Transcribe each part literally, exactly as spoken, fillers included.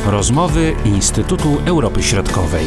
Rozmowy Instytutu Europy Środkowej.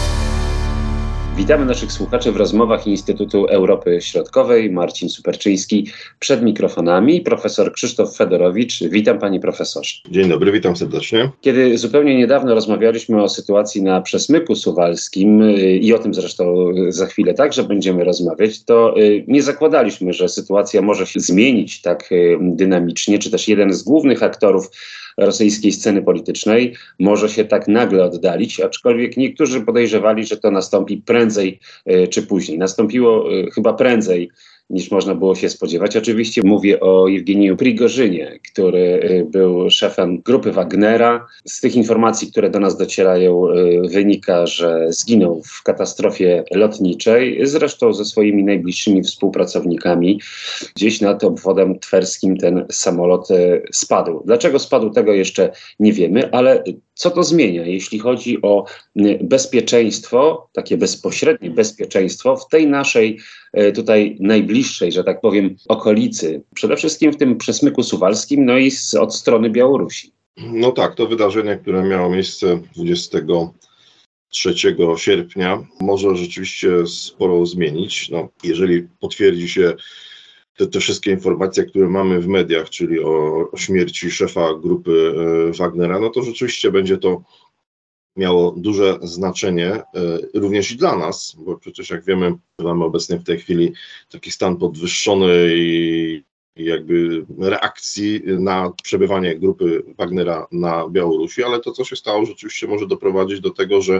Witamy naszych słuchaczy w rozmowach Instytutu Europy Środkowej. Marcin Superczyński przed mikrofonami, profesor Krzysztof Fedorowicz. Witam panie profesorze. Dzień dobry, witam serdecznie. Kiedy zupełnie niedawno rozmawialiśmy o sytuacji na Przesmyku Suwalskim i o tym zresztą za chwilę także będziemy rozmawiać, to nie zakładaliśmy, że sytuacja może się zmienić tak dynamicznie, czy też jeden z głównych aktorów rosyjskiej sceny politycznej może się tak nagle oddalić, aczkolwiek niektórzy podejrzewali, że to nastąpi prędzej czy później. Nastąpiło chyba prędzej, niż można było się spodziewać. Oczywiście mówię o Jewgeniju Prigorzynie, który był szefem grupy Wagnera. Z tych informacji, które do nas docierają, wynika, że zginął w katastrofie lotniczej, zresztą ze swoimi najbliższymi współpracownikami. Gdzieś nad obwodem twerskim ten samolot spadł. Dlaczego spadł, tego jeszcze nie wiemy, ale co to zmienia, jeśli chodzi o bezpieczeństwo, takie bezpośrednie bezpieczeństwo w tej naszej tutaj najbliższej, że tak powiem, okolicy, przede wszystkim w tym Przesmyku Suwalskim, no i z, od strony Białorusi. No tak, to wydarzenie, które miało miejsce dwudziestego trzeciego sierpnia, może rzeczywiście sporo zmienić. No, jeżeli potwierdzi się te, te wszystkie informacje, które mamy w mediach, czyli o, o śmierci szefa grupy e, Wagnera, no to rzeczywiście będzie to miało duże znaczenie e, również i dla nas, bo przecież jak wiemy, mamy obecnie w tej chwili taki stan podwyższonej jakby reakcji na przebywanie grupy Wagnera na Białorusi, ale to, co się stało, rzeczywiście może doprowadzić do tego, że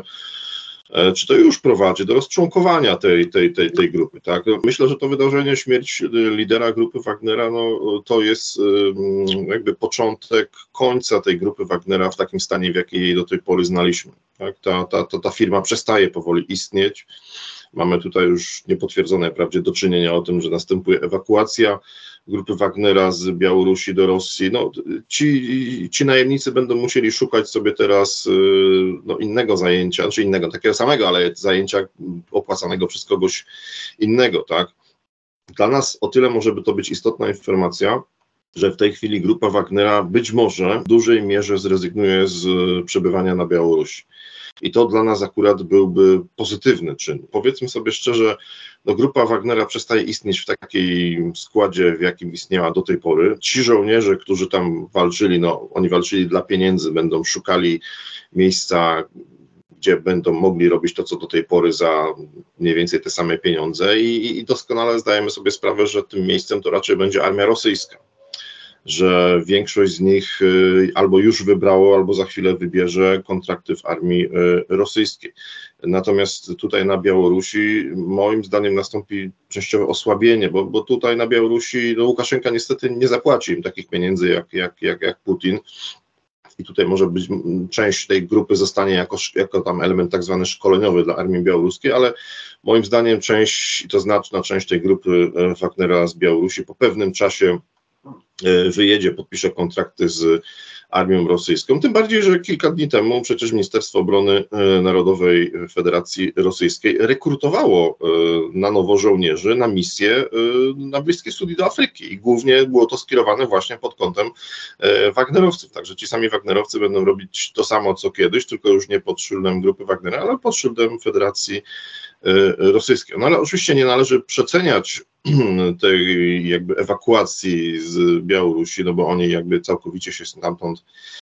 czy to już prowadzi do rozczłonkowania tej, tej, tej, tej grupy. Tak? Myślę, że to wydarzenie, śmierć lidera grupy Wagnera, no, to jest jakby początek końca tej grupy Wagnera w takim stanie, w jakiej jej do tej pory znaliśmy. Tak? Ta, ta, ta, ta firma przestaje powoli istnieć. Mamy tutaj już niepotwierdzone wprawdzie do czynienia o tym, że następuje ewakuacja grupy Wagnera z Białorusi do Rosji. No, ci, ci najemnicy będą musieli szukać sobie teraz no, innego zajęcia, czy innego, takiego samego, ale zajęcia opłacanego przez kogoś innego. Tak? Dla nas o tyle może by to być istotna informacja, że w tej chwili grupa Wagnera być może w dużej mierze zrezygnuje z przebywania na Białorusi. I to dla nas akurat byłby pozytywny czyn. Powiedzmy sobie szczerze, no grupa Wagnera przestaje istnieć w takim składzie, w jakim istniała do tej pory. Ci żołnierze, którzy tam walczyli, no oni walczyli dla pieniędzy, będą szukali miejsca, gdzie będą mogli robić to, co do tej pory za mniej więcej te same pieniądze i, i doskonale zdajemy sobie sprawę, że tym miejscem to raczej będzie armia rosyjska. Że większość z nich albo już wybrało, albo za chwilę wybierze kontrakty w armii rosyjskiej. Natomiast tutaj na Białorusi moim zdaniem nastąpi częściowe osłabienie, bo, bo tutaj na Białorusi no Łukaszenka niestety nie zapłaci im takich pieniędzy jak, jak, jak, jak Putin. I tutaj może być część tej grupy zostanie jako, jako tam element tak zwany szkoleniowy dla armii białoruskiej, ale moim zdaniem część, to znaczna część tej grupy Wagnera z Białorusi po pewnym czasie wyjedzie, podpisze kontrakty z armią rosyjską. Tym bardziej, że kilka dni temu przecież Ministerstwo Obrony Narodowej Federacji Rosyjskiej rekrutowało na nowo żołnierzy na misję na Bliskie Wschód do Afryki i głównie było to skierowane właśnie pod kątem Wagnerowców. Także ci sami Wagnerowcy będą robić to samo co kiedyś, tylko już nie pod szyldem grupy Wagnera, ale pod szyldem Federacji Rosyjskiej. No ale oczywiście nie należy przeceniać tej jakby ewakuacji z Białorusi, no bo oni jakby całkowicie się stamtąd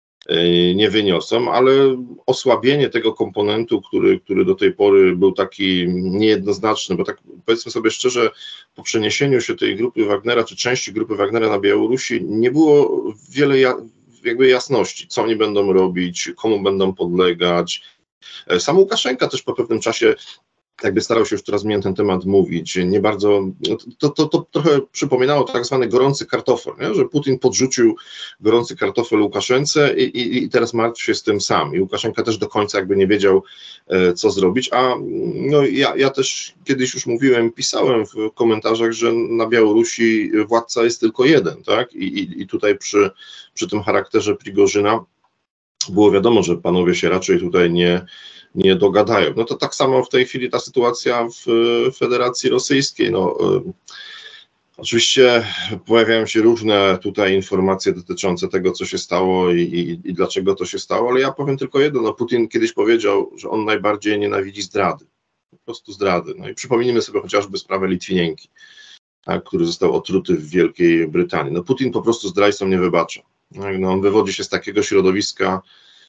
nie wyniosą, ale osłabienie tego komponentu, który, który do tej pory był taki niejednoznaczny, bo tak powiedzmy sobie szczerze, po przeniesieniu się tej grupy Wagnera, czy części grupy Wagnera na Białorusi nie było wiele ja, jakby jasności, co oni będą robić, komu będą podlegać. Sam Łukaszenka też po pewnym czasie jakby starał się już coraz mniej na ten temat mówić, nie bardzo, to, to, to trochę przypominało tak zwany gorący kartofel, nie? Że Putin podrzucił gorący kartofel Łukaszence i, i, i teraz martwi się z tym sam. I Łukaszenka też do końca jakby nie wiedział, e, co zrobić, a no, ja, ja też kiedyś już mówiłem, pisałem w komentarzach, że na Białorusi władca jest tylko jeden, tak? I, i, i tutaj przy, przy tym charakterze Prigorzyna było wiadomo, że panowie się raczej tutaj nie nie dogadają. No to tak samo w tej chwili ta sytuacja w Federacji Rosyjskiej. No, Oczywiście pojawiają się różne tutaj informacje dotyczące tego, co się stało i, i, i dlaczego to się stało, ale ja powiem tylko jedno, no Putin kiedyś powiedział, że on najbardziej nienawidzi zdrady, po prostu zdrady. No i przypomnijmy sobie chociażby sprawę Litwinienki, tak, który został otruty w Wielkiej Brytanii. No Putin po prostu zdrajcom nie wybacza. No, on wywodzi się z takiego środowiska,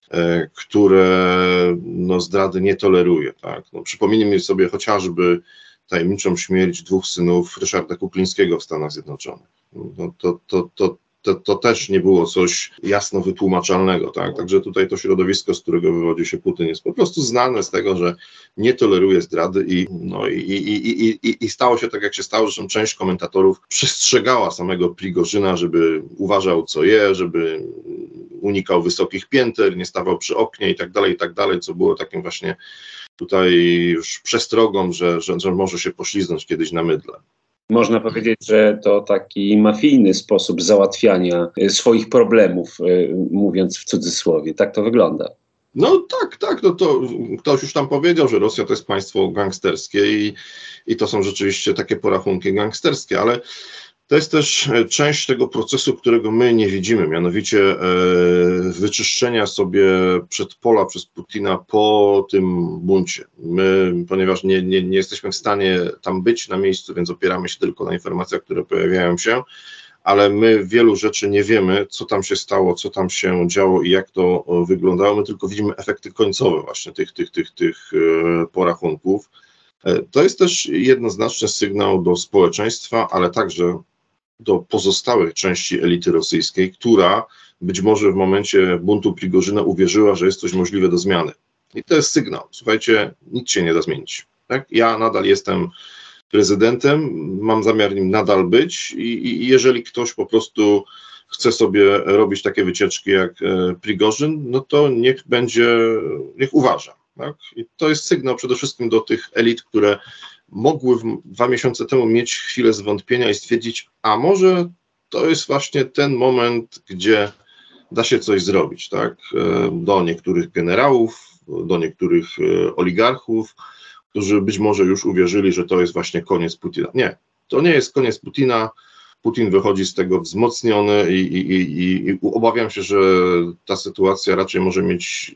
e, które no, zdrady nie toleruje. Tak. No, przypomnijmy sobie chociażby tajemniczą śmierć dwóch synów Ryszarda Kuklińskiego w Stanach Zjednoczonych. No, to, to, to, to, to też nie było coś jasno wytłumaczalnego. Tak? Także tutaj to środowisko, z którego wywodzi się Putin, jest po prostu znane z tego, że nie toleruje zdrady i, no, i, i, i, i, i stało się tak, jak się stało. Zresztą część komentatorów przestrzegała samego Prigorzyna, żeby uważał, co je, żeby unikał wysokich pięter, nie stawał przy oknie i tak dalej, i tak dalej, co było takim właśnie tutaj już przestrogą, że, że, że może się pośliznąć kiedyś na mydle. Można powiedzieć, że to taki mafijny sposób załatwiania swoich problemów, mówiąc w cudzysłowie. Tak to wygląda. No tak, tak, no to ktoś już tam powiedział, że Rosja to jest państwo gangsterskie i, i to są rzeczywiście takie porachunki gangsterskie, ale to jest też część tego procesu, którego my nie widzimy, mianowicie e, wyczyszczenia sobie przedpola przez Putina po tym buncie. My, ponieważ nie, nie, nie jesteśmy w stanie tam być na miejscu, więc opieramy się tylko na informacjach, które pojawiają się, ale my wielu rzeczy nie wiemy, co tam się stało, co tam się działo i jak to wyglądało. My tylko widzimy efekty końcowe właśnie tych, tych, tych, tych porachunków. To jest też jednoznaczny sygnał do społeczeństwa, ale także do pozostałych części elity rosyjskiej, która być może w momencie buntu Prigorzyna uwierzyła, że jest coś możliwe do zmiany. I to jest sygnał. Słuchajcie, nic się nie da zmienić. Tak? Ja nadal jestem prezydentem, mam zamiar nim nadal być i, i jeżeli ktoś po prostu chce sobie robić takie wycieczki jak Prigorzyn, no to niech będzie, niech uważa. Tak? I to jest sygnał przede wszystkim do tych elit, które mogły w, dwa miesiące temu mieć chwilę zwątpienia i stwierdzić, a może to jest właśnie ten moment, gdzie da się coś zrobić, tak? Do niektórych generałów, do niektórych oligarchów, którzy być może już uwierzyli, że to jest właśnie koniec Putina. Nie, to nie jest koniec Putina. Putin wychodzi z tego wzmocniony i, i, i, i obawiam się, że ta sytuacja raczej może mieć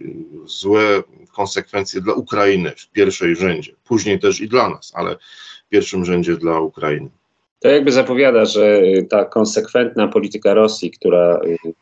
złe konsekwencje dla Ukrainy w pierwszej rzędzie. Później też i dla nas, ale w pierwszym rzędzie dla Ukrainy. To jakby zapowiada, że ta konsekwentna polityka Rosji, która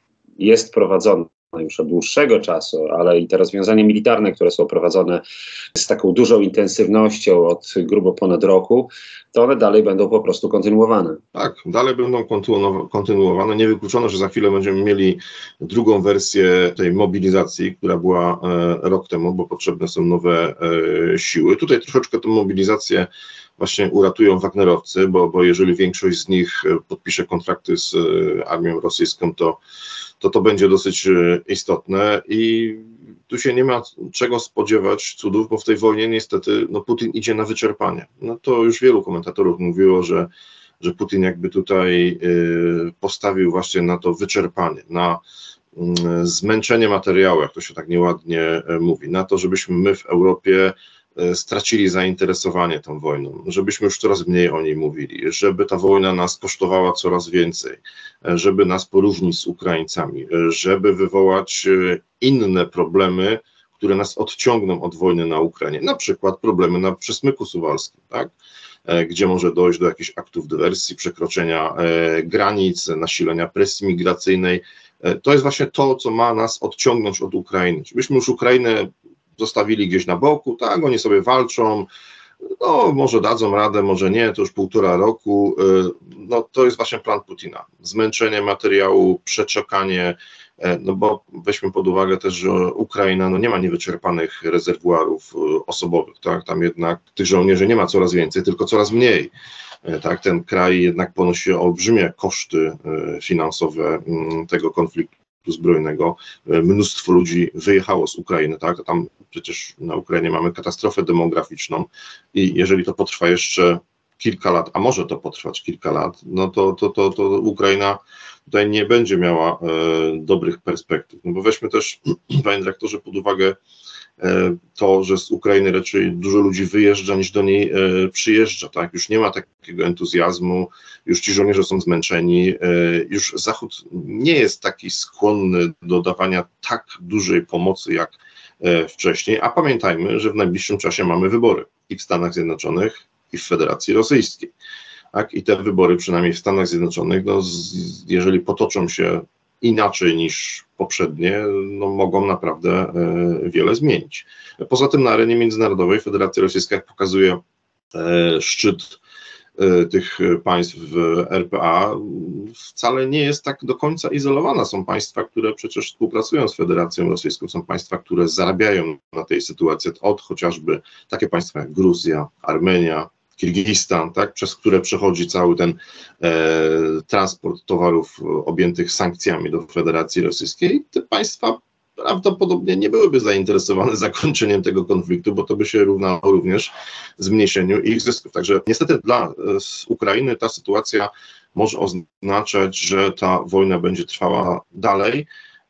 jest prowadzona już od dłuższego czasu, ale i te rozwiązania militarne, które są prowadzone z taką dużą intensywnością od grubo ponad roku, to one dalej będą po prostu kontynuowane. Tak, dalej będą kontynuowane. Niewykluczone, że za chwilę będziemy mieli drugą wersję tej mobilizacji, która była e, rok temu, bo potrzebne są nowe e, siły. Tutaj troszeczkę tę mobilizację właśnie uratują Wagnerowcy, bo, bo jeżeli większość z nich podpisze kontrakty z e, armią rosyjską, to to to będzie dosyć istotne i tu się nie ma czego spodziewać cudów, bo w tej wojnie niestety no, Putin idzie na wyczerpanie. No to już wielu komentatorów mówiło, że, że Putin jakby tutaj y, postawił właśnie na to wyczerpanie, na y, zmęczenie materiału, jak to się tak nieładnie y, mówi, na to, żebyśmy my w Europie stracili zainteresowanie tą wojną, żebyśmy już coraz mniej o niej mówili, żeby ta wojna nas kosztowała coraz więcej, żeby nas poróżnić z Ukraińcami, żeby wywołać inne problemy, które nas odciągną od wojny na Ukrainie, na przykład problemy na Przesmyku Suwalskim, tak? Gdzie może dojść do jakichś aktów dywersji, przekroczenia granic, nasilenia presji migracyjnej. To jest właśnie to, co ma nas odciągnąć od Ukrainy. Żebyśmy już Ukrainę zostawili gdzieś na boku, tak, oni sobie walczą, no może dadzą radę, może nie, to już półtora roku, no to jest właśnie plan Putina. Zmęczenie materiału, przeczekanie, no bo weźmy pod uwagę też, że Ukraina no nie ma niewyczerpanych rezerwuarów osobowych, tak, tam jednak tych żołnierzy nie ma coraz więcej, tylko coraz mniej. Tak, ten kraj jednak ponosi olbrzymie koszty finansowe tego konfliktu zbrojnego. Mnóstwo ludzi wyjechało z Ukrainy, tak? Tam przecież na Ukrainie mamy katastrofę demograficzną i jeżeli to potrwa jeszcze kilka lat, a może to potrwać kilka lat, no to, to, to, to Ukraina tutaj nie będzie miała e, dobrych perspektyw. No bo weźmy też, panie dyrektorze, pod uwagę to, że z Ukrainy raczej dużo ludzi wyjeżdża niż do niej przyjeżdża, tak? Już nie ma takiego entuzjazmu, już ci żołnierze są zmęczeni, już Zachód nie jest taki skłonny do dawania tak dużej pomocy jak wcześniej, a pamiętajmy, że w najbliższym czasie mamy wybory i w Stanach Zjednoczonych, i w Federacji Rosyjskiej. Tak? I te wybory, przynajmniej w Stanach Zjednoczonych, no, z, jeżeli potoczą się inaczej niż poprzednie, no, mogą naprawdę e, wiele zmienić. Poza tym na arenie międzynarodowej Federacja Rosyjska, jak pokazuje e, szczyt e, tych państw w R P A, wcale nie jest tak do końca izolowana. Są państwa, które przecież współpracują z Federacją Rosyjską, są państwa, które zarabiają na tej sytuacji, od chociażby takie państwa jak Gruzja, Armenia, Kirgistan, tak, przez które przechodzi cały ten e, transport towarów objętych sankcjami do Federacji Rosyjskiej. Te państwa prawdopodobnie nie byłyby zainteresowane zakończeniem tego konfliktu, bo to by się równało również zmniejszeniu ich zysków. Także niestety dla e, Ukrainy ta sytuacja może oznaczać, że ta wojna będzie trwała dalej,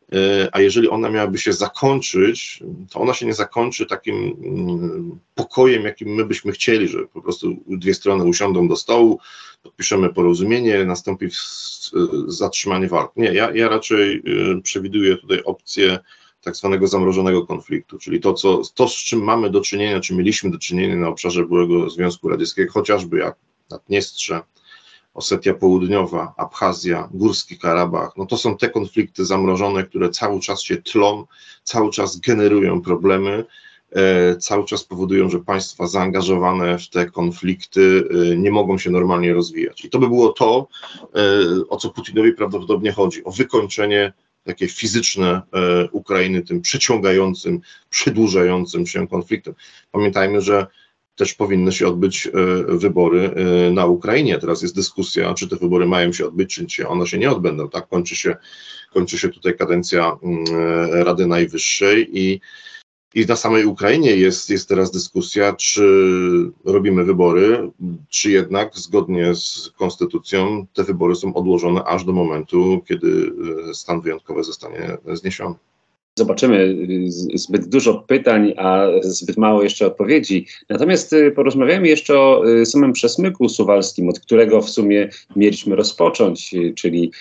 a jeżeli ona miałaby się zakończyć, to ona się nie zakończy takim pokojem, jakim my byśmy chcieli, że po prostu dwie strony usiądą do stołu, podpiszemy porozumienie, nastąpi zatrzymanie walk. Nie, ja, ja raczej przewiduję tutaj opcję tak zwanego zamrożonego konfliktu, czyli to, co, to, z czym mamy do czynienia, czy mieliśmy do czynienia na obszarze byłego Związku Radzieckiego, chociażby jak Naddniestrze, Osetia Południowa, Abchazja, Górski Karabach, no to są te konflikty zamrożone, które cały czas się tlą, cały czas generują problemy, e, cały czas powodują, że państwa zaangażowane w te konflikty e, nie mogą się normalnie rozwijać. I to by było to, e, o co Putinowi prawdopodobnie chodzi, o wykończenie takie fizyczne e, Ukrainy tym przeciągającym, przedłużającym się konfliktem. Pamiętajmy, że też powinny się odbyć e, wybory e, na Ukrainie. Teraz jest dyskusja, czy te wybory mają się odbyć, czy, czy one się nie odbędą. Tak, kończy się, kończy się tutaj kadencja e, Rady Najwyższej i, i na samej Ukrainie jest, jest teraz dyskusja, czy robimy wybory, czy jednak zgodnie z konstytucją te wybory są odłożone aż do momentu, kiedy stan wyjątkowy zostanie zniesiony. Zobaczymy, zbyt dużo pytań, a zbyt mało jeszcze odpowiedzi. Natomiast porozmawiajmy jeszcze o samym przesmyku suwalskim, od którego w sumie mieliśmy rozpocząć, czyli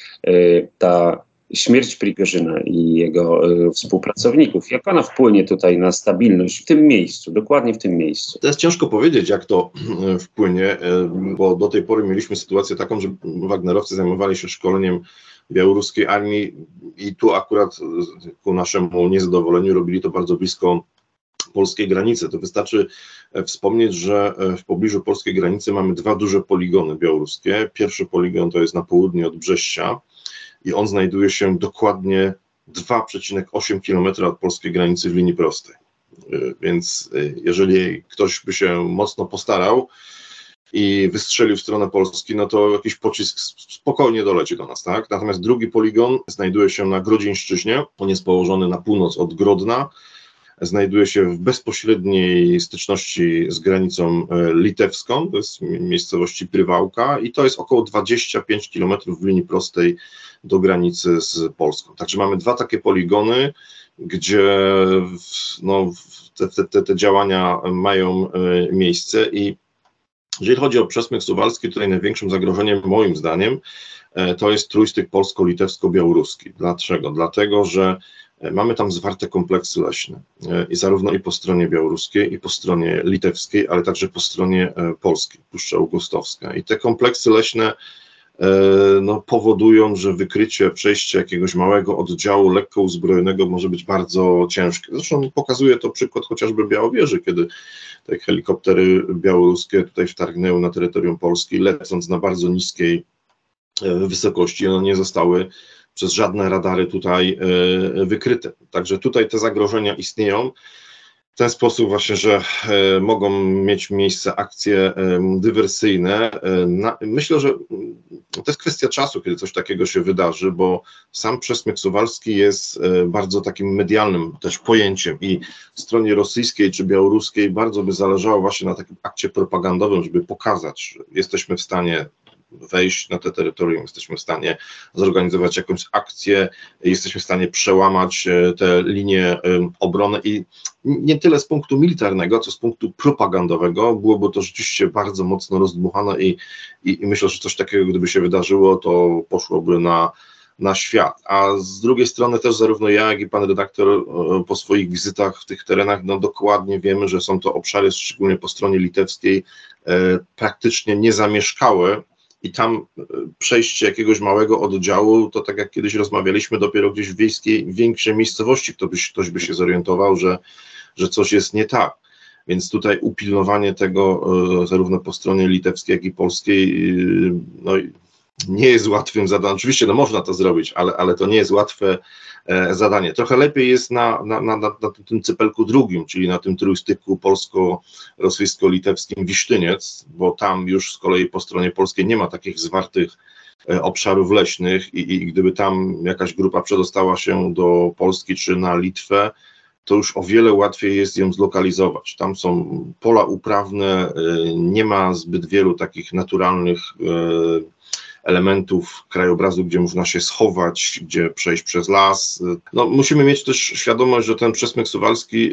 ta śmierć Prigorzyna i jego współpracowników. Jak ona wpłynie tutaj na stabilność w tym miejscu, dokładnie w tym miejscu? To jest ciężko powiedzieć, jak to wpłynie, bo do tej pory mieliśmy sytuację taką, że Wagnerowcy zajmowali się szkoleniem białoruskiej armii i tu akurat ku naszemu niezadowoleniu robili to bardzo blisko polskiej granicy. To wystarczy wspomnieć, że w pobliżu polskiej granicy mamy dwa duże poligony białoruskie. Pierwszy poligon to jest na południe od Brześcia i on znajduje się dokładnie dwa przecinek osiem kilometra od polskiej granicy w linii prostej. Więc jeżeli ktoś by się mocno postarał i wystrzelił w stronę Polski, no to jakiś pocisk spokojnie doleci do nas, tak? Natomiast drugi poligon znajduje się na Grodzieńszczyźnie, on jest położony na północ od Grodna, znajduje się w bezpośredniej styczności z granicą litewską, to jest miejscowości Prywałka i to jest około dwadzieścia pięć kilometrów w linii prostej do granicy z Polską. Także mamy dwa takie poligony, gdzie no, te, te, te działania mają miejsce i jeżeli chodzi o przesmyk suwalski, tutaj największym zagrożeniem moim zdaniem to jest trójstyk polsko-litewsko-białoruski. Dlaczego? Dlatego, że mamy tam zwarte kompleksy leśne i zarówno i po stronie białoruskiej, i po stronie litewskiej, ale także po stronie polskiej, Puszcza Augustowska. I te kompleksy leśne no, powodują, że wykrycie, przejście jakiegoś małego oddziału lekko uzbrojonego może być bardzo ciężkie. Zresztą pokazuje to przykład chociażby Białowieży, kiedy te helikoptery białoruskie tutaj wtargnęły na terytorium Polski, lecąc na bardzo niskiej wysokości, one nie zostały przez żadne radary tutaj wykryte. Także tutaj te zagrożenia istnieją. W ten sposób właśnie, że e, mogą mieć miejsce akcje e, dywersyjne. E, na, myślę, że to jest kwestia czasu, kiedy coś takiego się wydarzy, bo sam przesmyk suwalski jest e, bardzo takim medialnym też pojęciem i stronie rosyjskiej czy białoruskiej bardzo by zależało właśnie na takim akcie propagandowym, żeby pokazać, że jesteśmy w stanie wejść na te terytorium, jesteśmy w stanie zorganizować jakąś akcję, jesteśmy w stanie przełamać te linie obrony i nie tyle z punktu militarnego, co z punktu propagandowego byłoby to rzeczywiście bardzo mocno rozdmuchane i, i, i myślę, że coś takiego gdyby się wydarzyło, to poszłoby na na świat, a z drugiej strony też zarówno ja, jak i pan redaktor po swoich wizytach w tych terenach, no dokładnie wiemy, że są to obszary, szczególnie po stronie litewskiej, e, praktycznie niezamieszkałe i tam przejście jakiegoś małego oddziału, to tak jak kiedyś rozmawialiśmy, dopiero gdzieś w wiejskiej, większej miejscowości ktoś by, ktoś by się zorientował, że, że coś jest nie tak. Więc tutaj upilnowanie tego e, zarówno po stronie litewskiej, jak i polskiej, e, no nie jest łatwym zadaniem. Oczywiście no można to zrobić, ale, ale to nie jest łatwe e, zadanie. Trochę lepiej jest na, na, na, na tym cypelku drugim, czyli na tym trójstyku polsko-rosyjsko-litewskim Wisztyniec, bo tam już z kolei po stronie polskiej nie ma takich zwartych e, obszarów leśnych i, i gdyby tam jakaś grupa przedostała się do Polski czy na Litwę, to już o wiele łatwiej jest ją zlokalizować. Tam są pola uprawne, e, nie ma zbyt wielu takich naturalnych e, elementów krajobrazu, gdzie można się schować, gdzie przejść przez las. No, musimy mieć też świadomość, że ten przesmyk suwalski,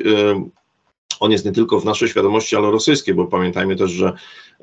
on jest nie tylko w naszej świadomości, ale rosyjskiej, bo pamiętajmy też, że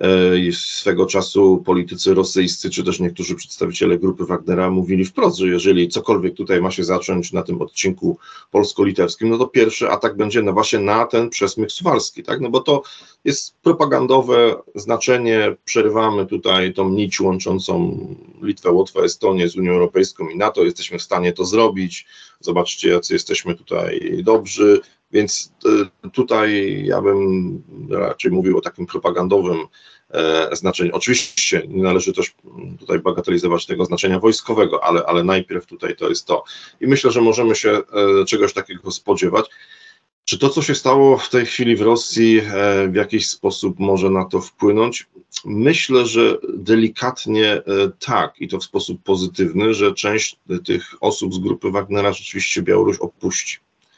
swego czasu politycy rosyjscy, czy też niektórzy przedstawiciele grupy Wagnera mówili wprost, że jeżeli cokolwiek tutaj ma się zacząć na tym odcinku polsko-litewskim, no to pierwszy atak będzie na właśnie na ten przesmyk suwalski, tak? No bo to jest propagandowe znaczenie, przerywamy tutaj tą nić łączącą Litwę, Łotwę, Estonię z Unią Europejską i NATO, jesteśmy w stanie to zrobić, zobaczcie, jacy jesteśmy tutaj dobrzy. Więc tutaj ja bym raczej mówił o takim propagandowym e, znaczeniu. Oczywiście nie należy też tutaj bagatelizować tego znaczenia wojskowego, ale, ale najpierw tutaj to jest to. I myślę, że możemy się e, czegoś takiego spodziewać. Czy to, co się stało w tej chwili w Rosji, e, w jakiś sposób może na to wpłynąć? Myślę, że delikatnie e, tak i to w sposób pozytywny, że część tych osób z grupy Wagnera rzeczywiście Białoruś opuści.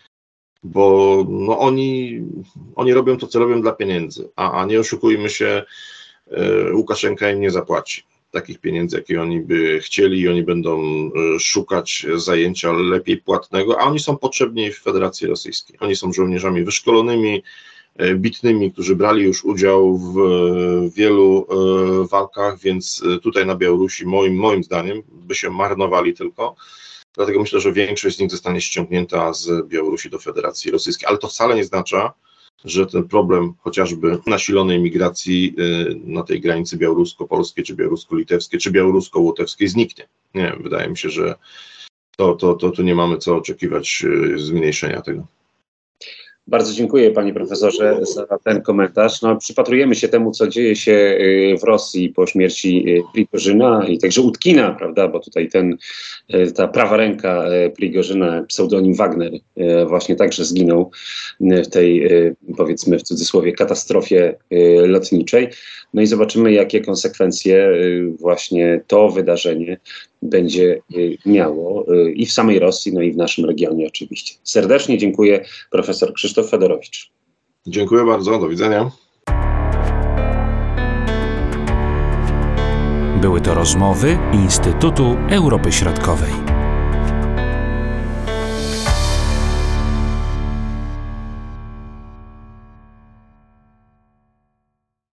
Bo no oni, oni robią to, co robią dla pieniędzy, a, a nie oszukujmy się, e, Łukaszenka im nie zapłaci takich pieniędzy, jakie oni by chcieli i oni będą e, szukać zajęcia lepiej płatnego, a oni są potrzebni w Federacji Rosyjskiej. Oni są żołnierzami wyszkolonymi, e, bitnymi, którzy brali już udział w e, wielu e, walkach, więc tutaj na Białorusi moim, moim zdaniem by się marnowali tylko. Dlatego myślę, że większość z nich zostanie ściągnięta z Białorusi do Federacji Rosyjskiej, ale to wcale nie oznacza, że ten problem chociażby nasilonej migracji na tej granicy białorusko-polskiej, czy białorusko-litewskiej, czy białorusko-łotewskiej zniknie. Nie, wydaje mi się, że to, to, to, to nie mamy co oczekiwać zmniejszenia tego. Bardzo dziękuję panie profesorze za ten komentarz. No, przypatrujemy się temu, co dzieje się w Rosji po śmierci Prigorzyna i także Utkina, prawda, bo tutaj ten, ta prawa ręka Prigorzyna, pseudonim Wagner, właśnie także zginął w tej, powiedzmy w cudzysłowie, katastrofie lotniczej. No i zobaczymy, jakie konsekwencje właśnie to wydarzenie będzie miało i w samej Rosji, no i w naszym regionie oczywiście. Serdecznie dziękuję, profesor Krzysztof Fedorowicz. Dziękuję bardzo, do widzenia. Były to rozmowy Instytutu Europy Środkowej.